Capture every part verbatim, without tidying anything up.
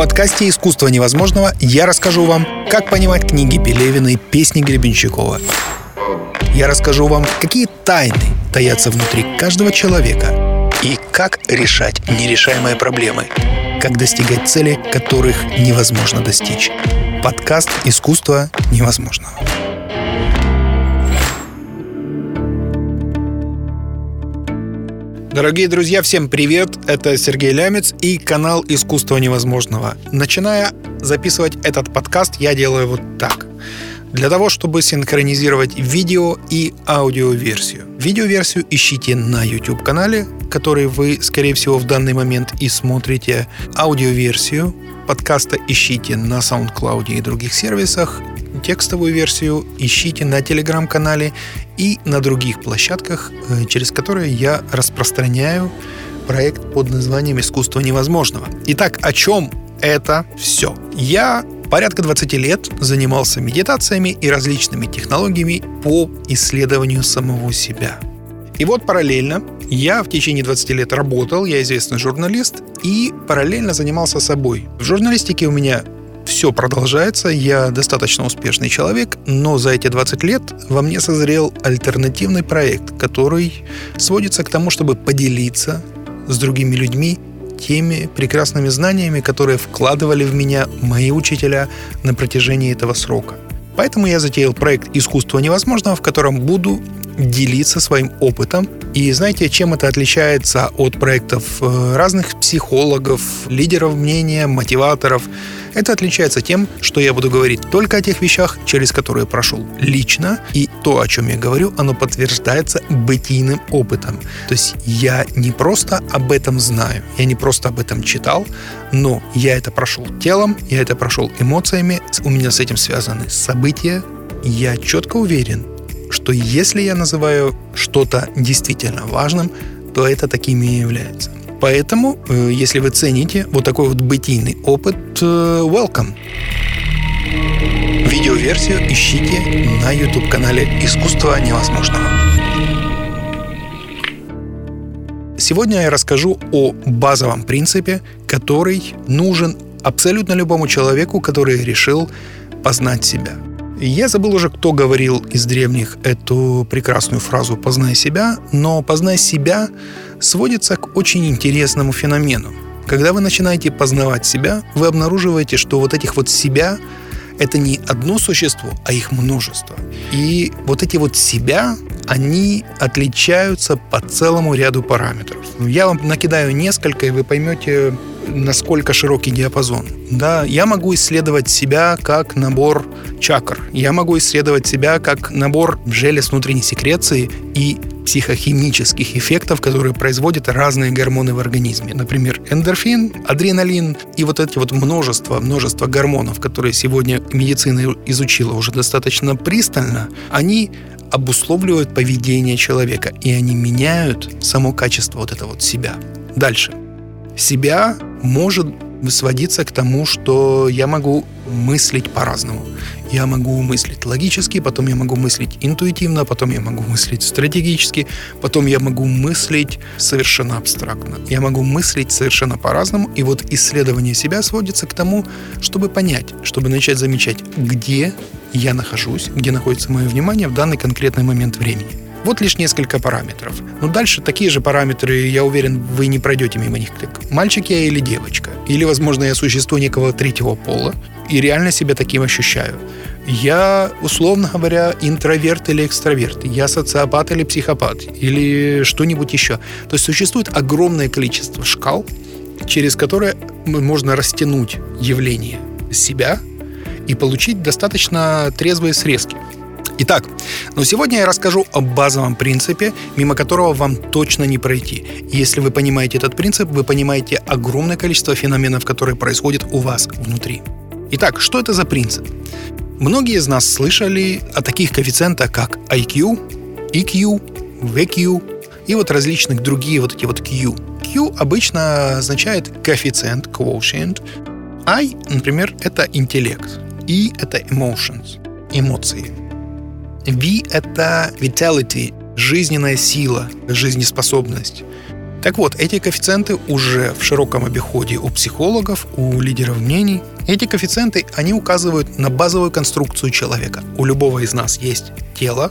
подкасте «Искусство невозможного» я расскажу вам, как понимать книги Пелевина и песни Гребенщикова. Я расскажу вам, какие тайны таятся внутри каждого человека и как решать нерешаемые проблемы, как достигать целей, которых невозможно достичь. Подкаст «Искусство невозможного». Дорогие друзья, всем привет! Это Сергей Лямец и канал «Искусство невозможного». Начиная записывать этот подкаст, я делаю вот так. Для того, чтобы синхронизировать видео и аудиоверсию. Видеоверсию ищите на YouTube-канале, который вы, скорее всего, в данный момент и смотрите. Аудиоверсию подкаста ищите на SoundCloud и других сервисах. Текстовую версию ищите на Telegram-канале и на других площадках, через которые я распространяю проект под названием «Искусство невозможного». Итак, о чем это все? Я порядка двадцать лет занимался медитациями и различными технологиями по исследованию самого себя. И вот параллельно я в течение двадцати лет работал, я известный журналист, и параллельно занимался собой. В журналистике у меня все продолжается, я достаточно успешный человек, но за эти двадцать лет во мне созрел альтернативный проект, который сводится к тому, чтобы поделиться с другими людьми теми прекрасными знаниями, которые вкладывали в меня мои учителя на протяжении этого срока. Поэтому я затеял проект «Искусство невозможного», в котором буду делиться своим опытом. И знаете, чем это отличается от проектов разных психологов, лидеров мнения, мотиваторов? Это отличается тем, что я буду говорить только о тех вещах, через которые прошел лично, и то, о чем я говорю, оно подтверждается бытийным опытом. То есть я не просто об этом знаю, я не просто об этом читал, но я это прошел телом, я это прошел эмоциями, у меня с этим связаны события. Я четко уверен, что если я называю что-то действительно важным, то это таким и является. Поэтому, если вы цените вот такой вот бытийный опыт, welcome! Видеоверсию ищите на YouTube-канале «Искусство невозможного». Сегодня я расскажу о базовом принципе, который нужен абсолютно любому человеку, который решил познать себя. Я забыл уже, кто говорил из древних эту прекрасную фразу «познай себя», но «познай себя» сводится к очень интересному феномену. Когда вы начинаете познавать себя, вы обнаруживаете, что вот этих вот себя – это не одно существо, а их множество. И вот эти вот себя, они отличаются по целому ряду параметров. Я вам накидаю несколько, и вы поймете, насколько широкий диапазон. Да, я могу исследовать себя как набор чакр. Я могу исследовать себя как набор желез внутренней секреции и психохимических эффектов, которые производят разные гормоны в организме. Например, эндорфин, адреналин и вот эти вот множество, множество гормонов, которые сегодня медицина изучила уже достаточно пристально, они обусловливают поведение человека, и они меняют само качество вот этого вот себя. Дальше. Себя может сводиться к тому, что я могу мыслить по-разному. Я могу мыслить логически, потом я могу мыслить интуитивно, потом я могу мыслить стратегически, потом я могу мыслить совершенно абстрактно. Я могу мыслить совершенно по-разному, и вот исследование себя сводится к тому, чтобы понять, чтобы начать замечать, где я нахожусь, где находится мое внимание в данный конкретный момент времени. Вот лишь несколько параметров. Но дальше такие же параметры, я уверен, вы не пройдете мимо них, как мальчик я или девочка. Или, возможно, я существо некого третьего пола и реально себя таким ощущаю. Я, условно говоря, интроверт или экстраверт. Я социопат или психопат. Или что-нибудь еще. То есть существует огромное количество шкал, через которые можно растянуть явление себя и получить достаточно трезвые срезки. Итак, но сегодня я расскажу о базовом принципе, мимо которого вам точно не пройти. Если вы понимаете этот принцип, вы понимаете огромное количество феноменов, которые происходят у вас внутри. Итак, что это за принцип? Многие из нас слышали о таких коэффициентах, как ай кью, и кью, ви кью и вот различных другие вот эти вот Q. Q обычно означает коэффициент, quotient. I, например, это интеллект. E – это emotions, эмоции. V – это vitality, жизненная сила, жизнеспособность. Так вот, эти коэффициенты уже в широком обиходе у психологов, у лидеров мнений. Эти коэффициенты, они указывают на базовую конструкцию человека. У любого из нас есть тело,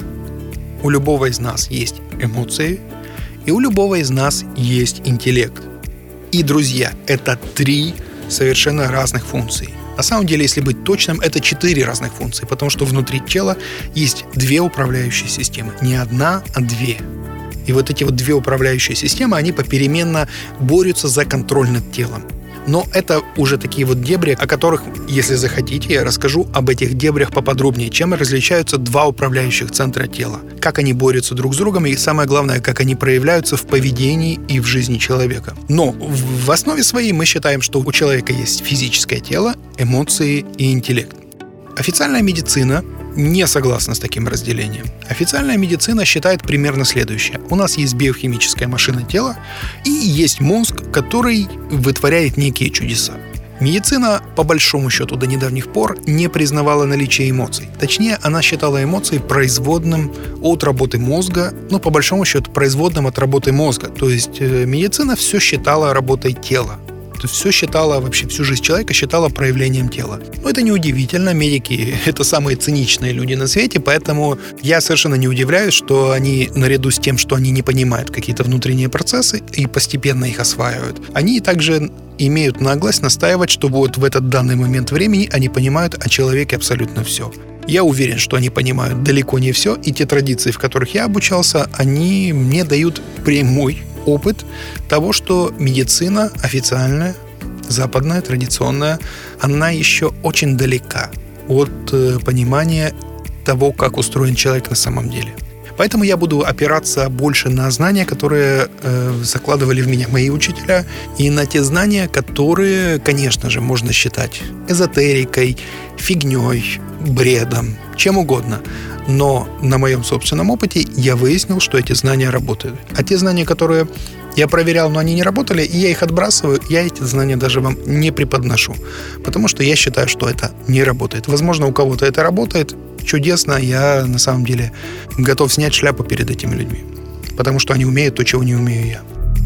у любого из нас есть эмоции, и у любого из нас есть интеллект. И, друзья, это три совершенно разных функций. На самом деле, если быть точным, это четыре разных функции, потому что внутри тела есть две управляющие системы. Не одна, а две. И вот эти вот две управляющие системы, они попеременно борются за контроль над телом. Но это уже такие вот дебри, о которых, если захотите, я расскажу об этих дебрях поподробнее, чем различаются два управляющих центра тела, как они борются друг с другом и, самое главное, как они проявляются в поведении и в жизни человека. Но в основе своей мы считаем, что у человека есть физическое тело, эмоции и интеллект. Официальная медицина не согласна с таким разделением. Официальная медицина считает примерно следующее. У нас есть биохимическая машина тела и есть мозг, который вытворяет некие чудеса. Медицина, по большому счету, до недавних пор не признавала наличие эмоций. Точнее, она считала эмоции производным от работы мозга, ну, по большому счету, производным от работы мозга. То есть медицина все считала работой тела. То есть все считала, вообще всю жизнь человека считала проявлением тела. Но это неудивительно, медики — это самые циничные люди на свете, поэтому я совершенно не удивляюсь, что они, наряду с тем, что они не понимают какие-то внутренние процессы и постепенно их осваивают, они также имеют наглость настаивать, что вот в этот данный момент времени они понимают о человеке абсолютно все. Я уверен, что они понимают далеко не все, и те традиции, в которых я обучался, они мне дают прямой опыт того, что медицина официальная, западная, традиционная, она еще очень далека от понимания того, как устроен человек на самом деле. Поэтому я буду опираться больше на знания, которые э, закладывали в меня мои учителя, и на те знания, которые, конечно же, можно считать эзотерикой, фигней, бредом, чем угодно. Но на моем собственном опыте я выяснил, что эти знания работают. А те знания, которые я проверял, но они не работали, и я их отбрасываю, я эти знания даже вам не преподношу. Потому что я считаю, что это не работает. Возможно, у кого-то это работает. Чудесно. Я, на самом деле, готов снять шляпу перед этими людьми. Потому что они умеют то, чего не умею я.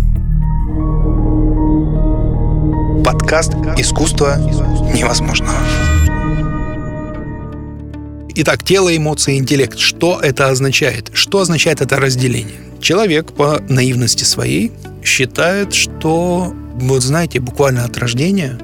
Подкаст «Искусство невозможного». Итак, тело, эмоции, интеллект. Что это означает? Что означает это разделение? Человек по наивности своей считает, что, вот знаете, буквально от рождения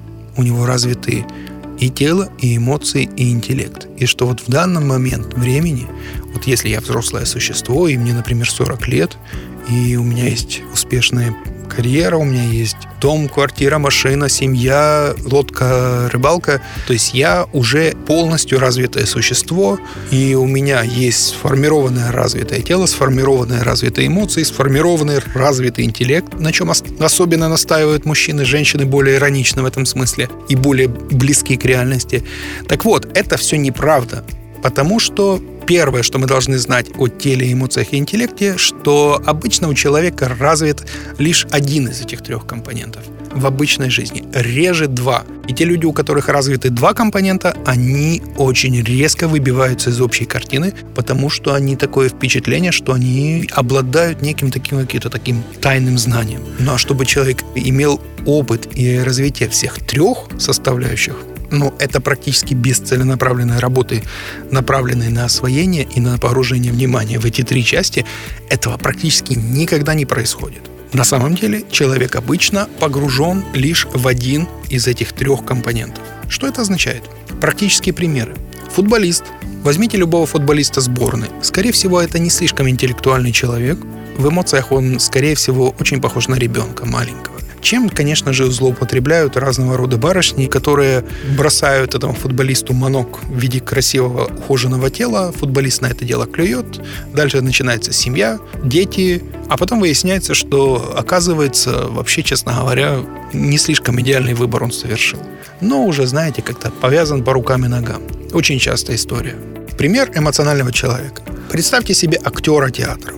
у него развиты и тело, и эмоции, и интеллект. И что вот в данный момент времени, вот если я взрослое существо, и мне, например, сорок лет, и у меня есть успешная карьера, у меня есть дом, квартира, машина, семья, лодка, рыбалка. То есть я уже полностью развитое существо, и у меня есть сформированное развитое тело, сформированные развитые эмоции, сформированный развитый интеллект, на чем особенно настаивают мужчины, женщины более ироничны в этом смысле и более близки к реальности. Так вот, это все неправда, потому что первое, что мы должны знать о теле, эмоциях и интеллекте, что обычно у человека развит лишь один из этих трех компонентов в обычной жизни, реже два. И те люди, у которых развиты два компонента, они очень резко выбиваются из общей картины, потому что они такое впечатление, что они обладают неким таким, каким-то таким тайным знанием. Ну а чтобы человек имел опыт и развитие всех трех составляющих, но это практически без целенаправленной работы, направленной на освоение и на погружение внимания в эти три части, этого практически никогда не происходит. На самом деле человек обычно погружен лишь в один из этих трех компонентов. Что это означает? Практические примеры. Футболист. Возьмите любого футболиста сборной. Скорее всего, это не слишком интеллектуальный человек. В эмоциях он, скорее всего, очень похож на ребенка маленького. Чем, конечно же, злоупотребляют разного рода барышни, которые бросают этому футболисту манок в виде красивого, ухоженного тела. Футболист на это дело клюет. Дальше начинается семья, дети. А потом выясняется, что, оказывается, вообще, честно говоря, не слишком идеальный выбор он совершил. Но уже, знаете, как-то повязан по рукам и ногам. Очень частая история. Пример эмоционального человека. Представьте себе актера театра.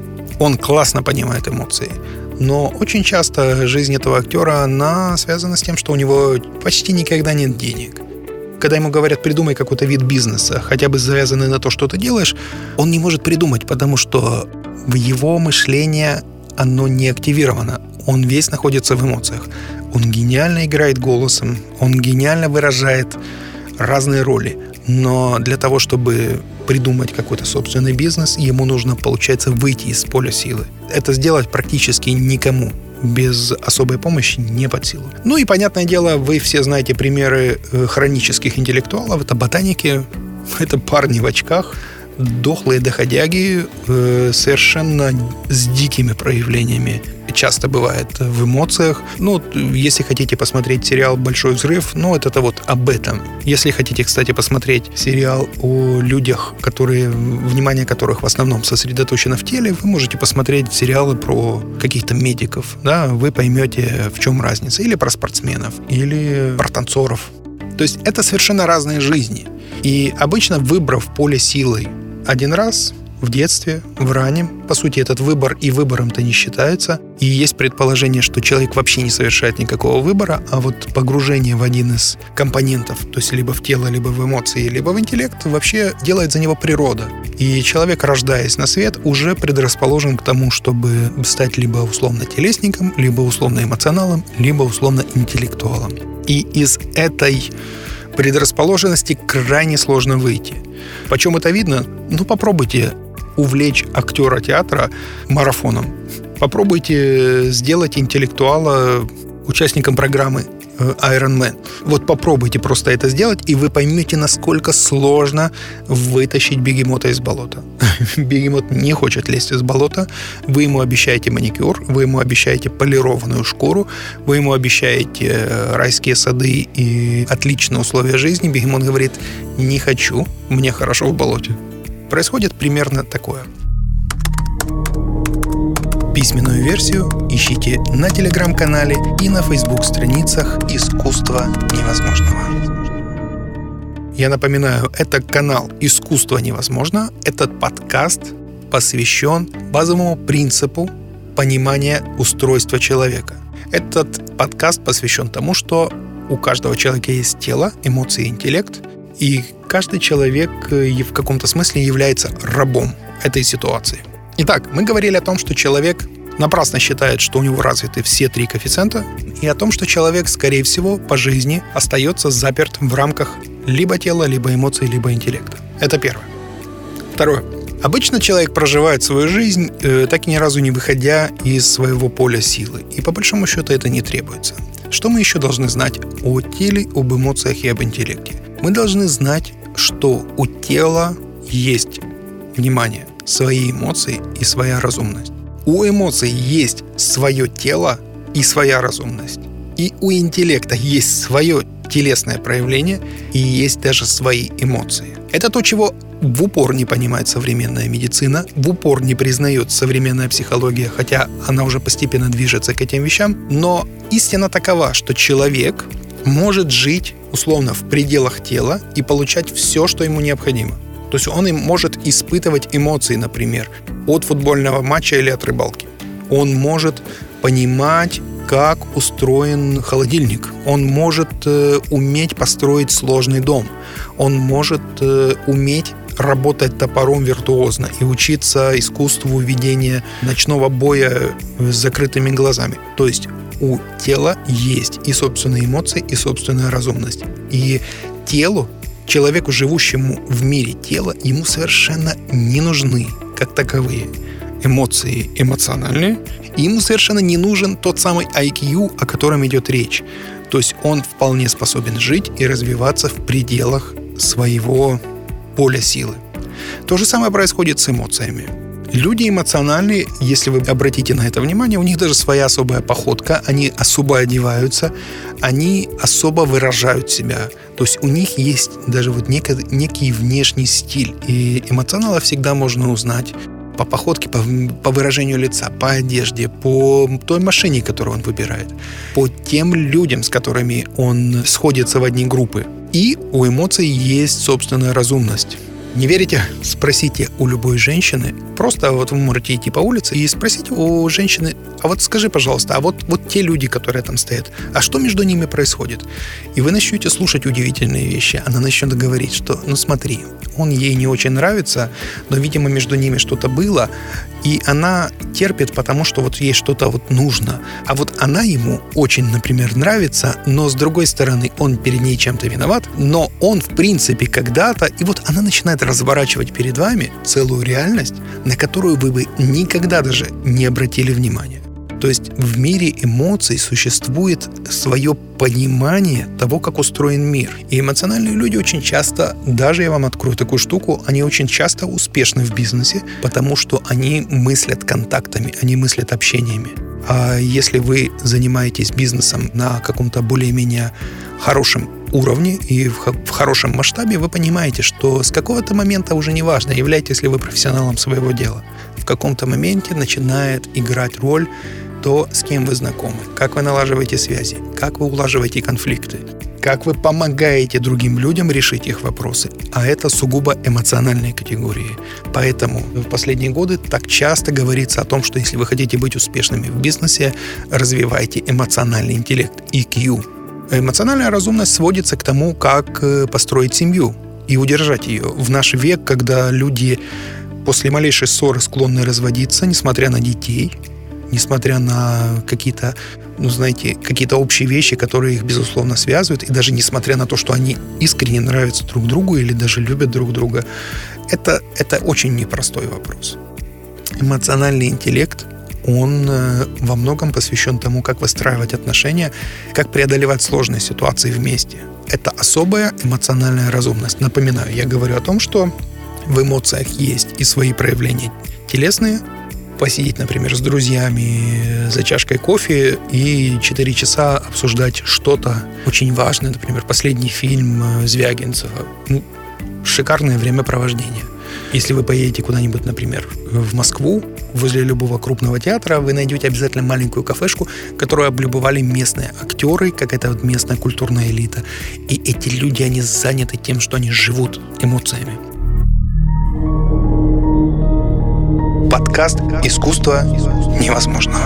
Он классно понимает эмоции. Но очень часто жизнь этого актера, она связана с тем, что у него почти никогда нет денег. Когда ему говорят, придумай какой-то вид бизнеса, хотя бы завязанный на то, что ты делаешь, он не может придумать, потому что его мышление оно не активировано. Он весь находится в эмоциях. Он гениально играет голосом, он гениально выражает разные роли. Но для того, чтобы придумать какой-то собственный бизнес, ему нужно, получается, выйти из поля силы. Это сделать практически никому без особой помощи не под силу. Ну и, понятное дело, вы все знаете примеры хронических интеллектуалов. Это ботаники, это парни в очках, дохлые доходяги, совершенно с дикими проявлениями. Часто бывает в эмоциях. Ну, если хотите посмотреть сериал «Большой взрыв», ну, это, это вот об этом. Если хотите, кстати, посмотреть сериал о людях, которые, внимание которых в основном сосредоточено в теле, вы можете посмотреть сериалы про каких-то медиков, да, вы поймете, в чем разница. Или про спортсменов, или про танцоров. То есть это совершенно разные жизни. И обычно, выбрав поле силы один раз в детстве, в раннем, по сути, этот выбор и выбором-то не считается. И есть предположение, что человек вообще не совершает никакого выбора, а вот погружение в один из компонентов, то есть либо в тело, либо в эмоции, либо в интеллект, вообще делает за него природа. И человек, рождаясь на свет, уже предрасположен к тому, чтобы стать либо условно-телесником, либо условно-эмоционалом, либо условно-интеллектуалом. И из этой предрасположенности крайне сложно выйти. Почем это видно? Ну, попробуйте увлечь актера театра марафоном. Попробуйте сделать интеллектуала участником программы Iron Man. Вот попробуйте просто это сделать, и вы поймете, насколько сложно вытащить бегемота из болота. Бегемот не хочет лезть из болота. Вы ему обещаете маникюр, вы ему обещаете полированную шкуру, вы ему обещаете райские сады и отличные условия жизни. Бегемот говорит: не хочу, мне хорошо в болоте. Происходит примерно такое. Письменную версию ищите на телеграм-канале и на фейсбук-страницах «Искусство невозможного». Я напоминаю, это канал «Искусство невозможно». Этот подкаст посвящен базовому принципу понимания устройства человека. Этот подкаст посвящен тому, что у каждого человека есть тело, эмоции и интеллект, и каждый человек в каком-то смысле является рабом этой ситуации. Итак, мы говорили о том, что человек напрасно считает, что у него развиты все три коэффициента, и о том, что человек, скорее всего, по жизни остается заперт в рамках либо тела, либо эмоций, либо интеллекта. Это первое. Второе. Обычно человек проживает свою жизнь, э, так и ни разу не выходя из своего поля силы, и по большому счету это не требуется. Что мы еще должны знать о теле, об эмоциях и об интеллекте? Мы должны знать, что у тела есть, внимание, свои эмоции и своя разумность. У эмоций есть свое тело и своя разумность. И у интеллекта есть свое телесное проявление и есть даже свои эмоции. Это то, чего в упор не понимает современная медицина, в упор не признает современная психология, хотя она уже постепенно движется к этим вещам. Но истина такова, что человек может жить условно в пределах тела и получать все, что ему необходимо. То есть он может испытывать эмоции, например, от футбольного матча или от рыбалки. Он может понимать, как устроен холодильник. Он может э, уметь построить сложный дом. Он может э, уметь работать топором виртуозно и учиться искусству ведения ночного боя с закрытыми глазами. То есть у тела есть и собственные эмоции, и собственная разумность. И телу, человеку, живущему в мире тела, ему совершенно не нужны, как таковые, эмоции эмоциональные. И ему совершенно не нужен тот самый ай кью, о котором идет речь. То есть он вполне способен жить и развиваться в пределах своего поля силы. То же самое происходит с эмоциями. Люди эмоциональные, если вы обратите на это внимание, у них даже своя особая походка, они особо одеваются, они особо выражают себя. То есть у них есть даже вот некий, некий внешний стиль. И эмоционала всегда можно узнать по походке, по, по выражению лица, по одежде, по той машине, которую он выбирает, по тем людям, с которыми он сходится в одни группы. И у эмоций есть собственная разумность. Не верите? Спросите у любой женщины. Просто вот вы можете идти по улице и спросить у женщины: а вот скажи, пожалуйста, а вот, вот те люди, которые там стоят, а что между ними происходит? И вы начнете слушать удивительные вещи. Она начнет говорить, что, ну смотри, он ей не очень нравится, но, видимо, между ними что-то было, и она терпит, потому что вот ей что-то вот нужно. А вот она ему очень, например, нравится, но, с другой стороны, он перед ней чем-то виноват, но он, в принципе, когда-то... И вот она начинает разворачивать перед вами целую реальность, на которую вы бы никогда даже не обратили внимания. То есть в мире эмоций существует свое понимание того, как устроен мир. И эмоциональные люди очень часто, даже я вам открою такую штуку, они очень часто успешны в бизнесе, потому что они мыслят контактами, они мыслят общениями. А если вы занимаетесь бизнесом на каком-то более-менее хорошем уровне и в, в хорошем масштабе, вы понимаете, что с какого-то момента уже не важно, являетесь ли вы профессионалом своего дела. В каком-то моменте начинает играть роль то, с кем вы знакомы, как вы налаживаете связи, как вы улаживаете конфликты, как вы помогаете другим людям решить их вопросы. А это сугубо эмоциональные категории. Поэтому в последние годы так часто говорится о том, что если вы хотите быть успешными в бизнесе, развивайте эмоциональный интеллект, и кью. Эмоциональная разумность сводится к тому, как построить семью и удержать ее. В наш век, когда люди после малейшей ссоры склонны разводиться, несмотря на детей, несмотря на какие-то, ну, знаете, какие-то общие вещи, которые их, безусловно, связывают, и даже несмотря на то, что они искренне нравятся друг другу или даже любят друг друга, это, это очень непростой вопрос. Эмоциональный интеллект, он во многом посвящен тому, как выстраивать отношения, как преодолевать сложные ситуации вместе. Это особая эмоциональная разумность. Напоминаю, я говорю о том, что в эмоциях есть и свои проявления телесные. Посидеть, например, с друзьями за чашкой кофе и четыре часа обсуждать что-то очень важное. Например, последний фильм Звягинцева. Ну, шикарное времяпровождение. Если вы поедете куда-нибудь, например, в Москву, возле любого крупного театра, вы найдете обязательно маленькую кафешку, которую облюбовали местные актеры, какая-то вот местная культурная элита. И эти люди, они заняты тем, что они живут эмоциями. Подкаст «Искусство невозможного».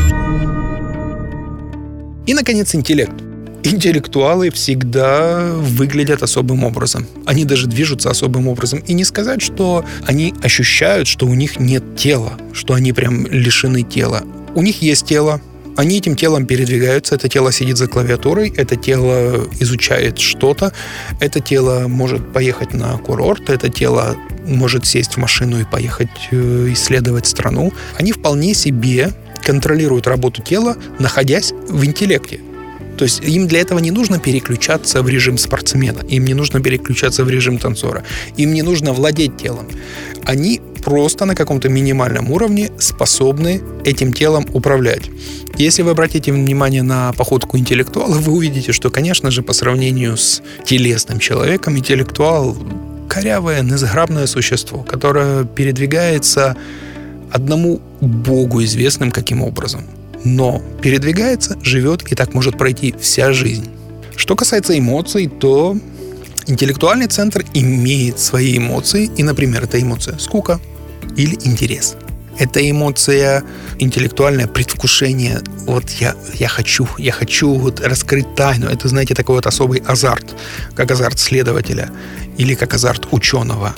И, наконец, интеллект. Интеллектуалы всегда выглядят особым образом. Они даже движутся особым образом. И не сказать, что они ощущают, что у них нет тела, что они прям лишены тела. У них есть тело. Они этим телом передвигаются, это тело сидит за клавиатурой, это тело изучает что-то, это тело может поехать на курорт, это тело может сесть в машину и поехать исследовать страну. Они вполне себе контролируют работу тела, находясь в интеллекте. То есть им для этого не нужно переключаться в режим спортсмена, им не нужно переключаться в режим танцора, им не нужно владеть телом. Они просто на каком-то минимальном уровне способны этим телом управлять. Если вы обратите внимание на походку интеллектуала, вы увидите, что, конечно же, по сравнению с телесным человеком, интеллектуал – корявое, незграбное существо, которое передвигается одному Богу известным каким образом. Но передвигается, живет, и так может пройти вся жизнь. Что касается эмоций, то интеллектуальный центр имеет свои эмоции, и, например, это эмоция скука или интерес. Это эмоция интеллектуальное предвкушение. Вот я, я хочу, я хочу вот раскрыть тайну. Это, знаете, такой вот особый азарт, как азарт следователя или как азарт ученого.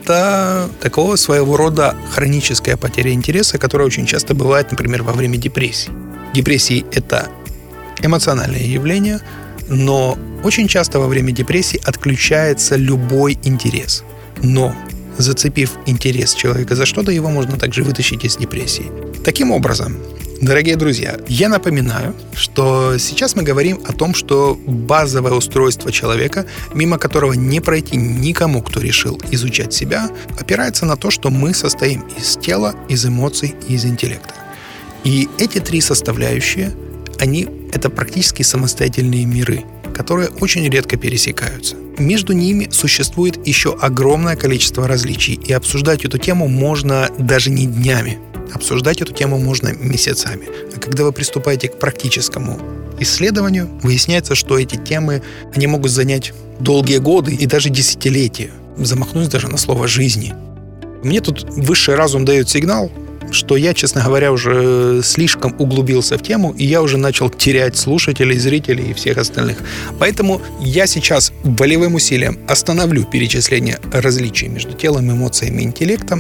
Это такого своего рода хроническая потеря интереса, которая очень часто бывает, например, во время депрессии. Депрессии – это эмоциональное явление, но очень часто во время депрессии отключается любой интерес. Но зацепив интерес человека за что-то, его можно также вытащить из депрессии. Таким образом, дорогие друзья, я напоминаю, что сейчас мы говорим о том, что базовое устройство человека, мимо которого не пройти никому, кто решил изучать себя, опирается на то, что мы состоим из тела, из эмоций и из интеллекта. И эти три составляющие, они – это практически самостоятельные миры, которые очень редко пересекаются. Между ними существует еще огромное количество различий, и обсуждать эту тему можно даже не днями. Обсуждать эту тему можно месяцами. А когда вы приступаете к практическому исследованию, выясняется, что эти темы, они могут занять долгие годы и даже десятилетия. замахнусь даже на слово «жизни». Мне тут высший разум дает сигнал, что я, честно говоря, уже слишком углубился в тему, и я уже начал терять слушателей, зрителей и всех остальных. Поэтому я сейчас волевым усилием остановлю перечисление различий между телом, эмоциями и интеллектом.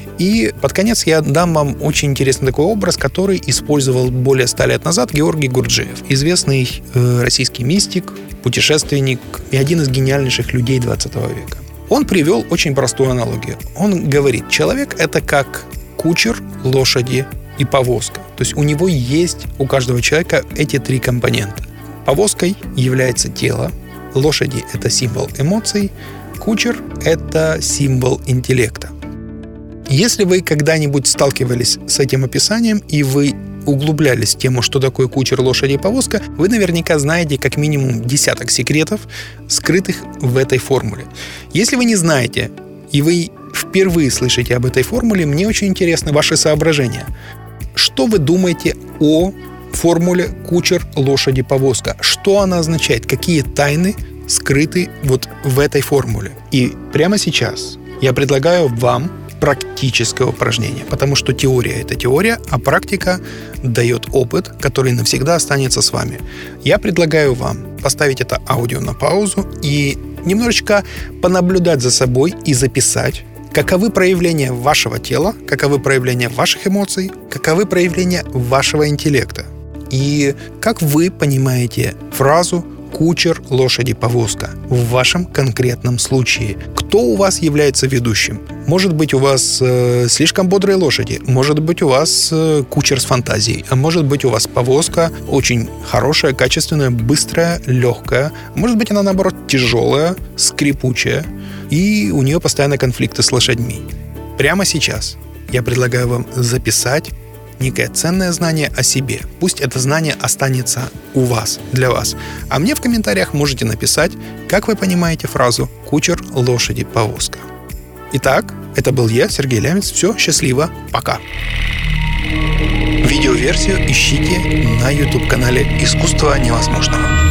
И под конец я дам вам очень интересный такой образ, который использовал более ста лет назад Георгий Гурджиев, известный э, российский мистик, путешественник и один из гениальнейших людей двадцатого века. Он привел очень простую аналогию. Он говорит, человек — это как кучер, лошади и повозка. То есть у него есть, у каждого человека эти три компонента. Повозкой является тело, лошади — это символ эмоций, кучер — это символ интеллекта. Если вы когда-нибудь сталкивались с этим описанием и вы углублялись в тему, что такое кучер, лошади и повозка, вы наверняка знаете как минимум десяток секретов, скрытых в этой формуле. Если вы не знаете и вы впервые слышите об этой формуле, мне очень интересны ваши соображения. Что вы думаете о формуле кучер, лошади, повозка? Что она означает? Какие тайны скрыты вот в этой формуле? И прямо сейчас я предлагаю вам практическое упражнение, потому что теория — это теория, а практика дает опыт, который навсегда останется с вами. Я предлагаю вам поставить это аудио на паузу и немножечко понаблюдать за собой и записать, каковы проявления вашего тела, каковы проявления ваших эмоций, каковы проявления вашего интеллекта. И как вы понимаете фразу «кучер, лошади, повозка» в вашем конкретном случае. Кто у вас является ведущим? Может быть, у вас э, слишком бодрые лошади, может быть, у вас э, кучер с фантазией, а может быть, у вас повозка очень хорошая, качественная, быстрая, легкая. Может быть, она, наоборот, тяжелая, скрипучая, и у нее постоянно конфликты с лошадьми. Прямо сейчас я предлагаю вам записать некое ценное знание о себе. Пусть это знание останется у вас, для вас. А мне в комментариях можете написать, как вы понимаете фразу «кучер, лошади, повозка». Итак, это был я, Сергей Лямец. Все, счастливо, пока. Видеоверсию ищите на YouTube-канале «Искусство невозможного».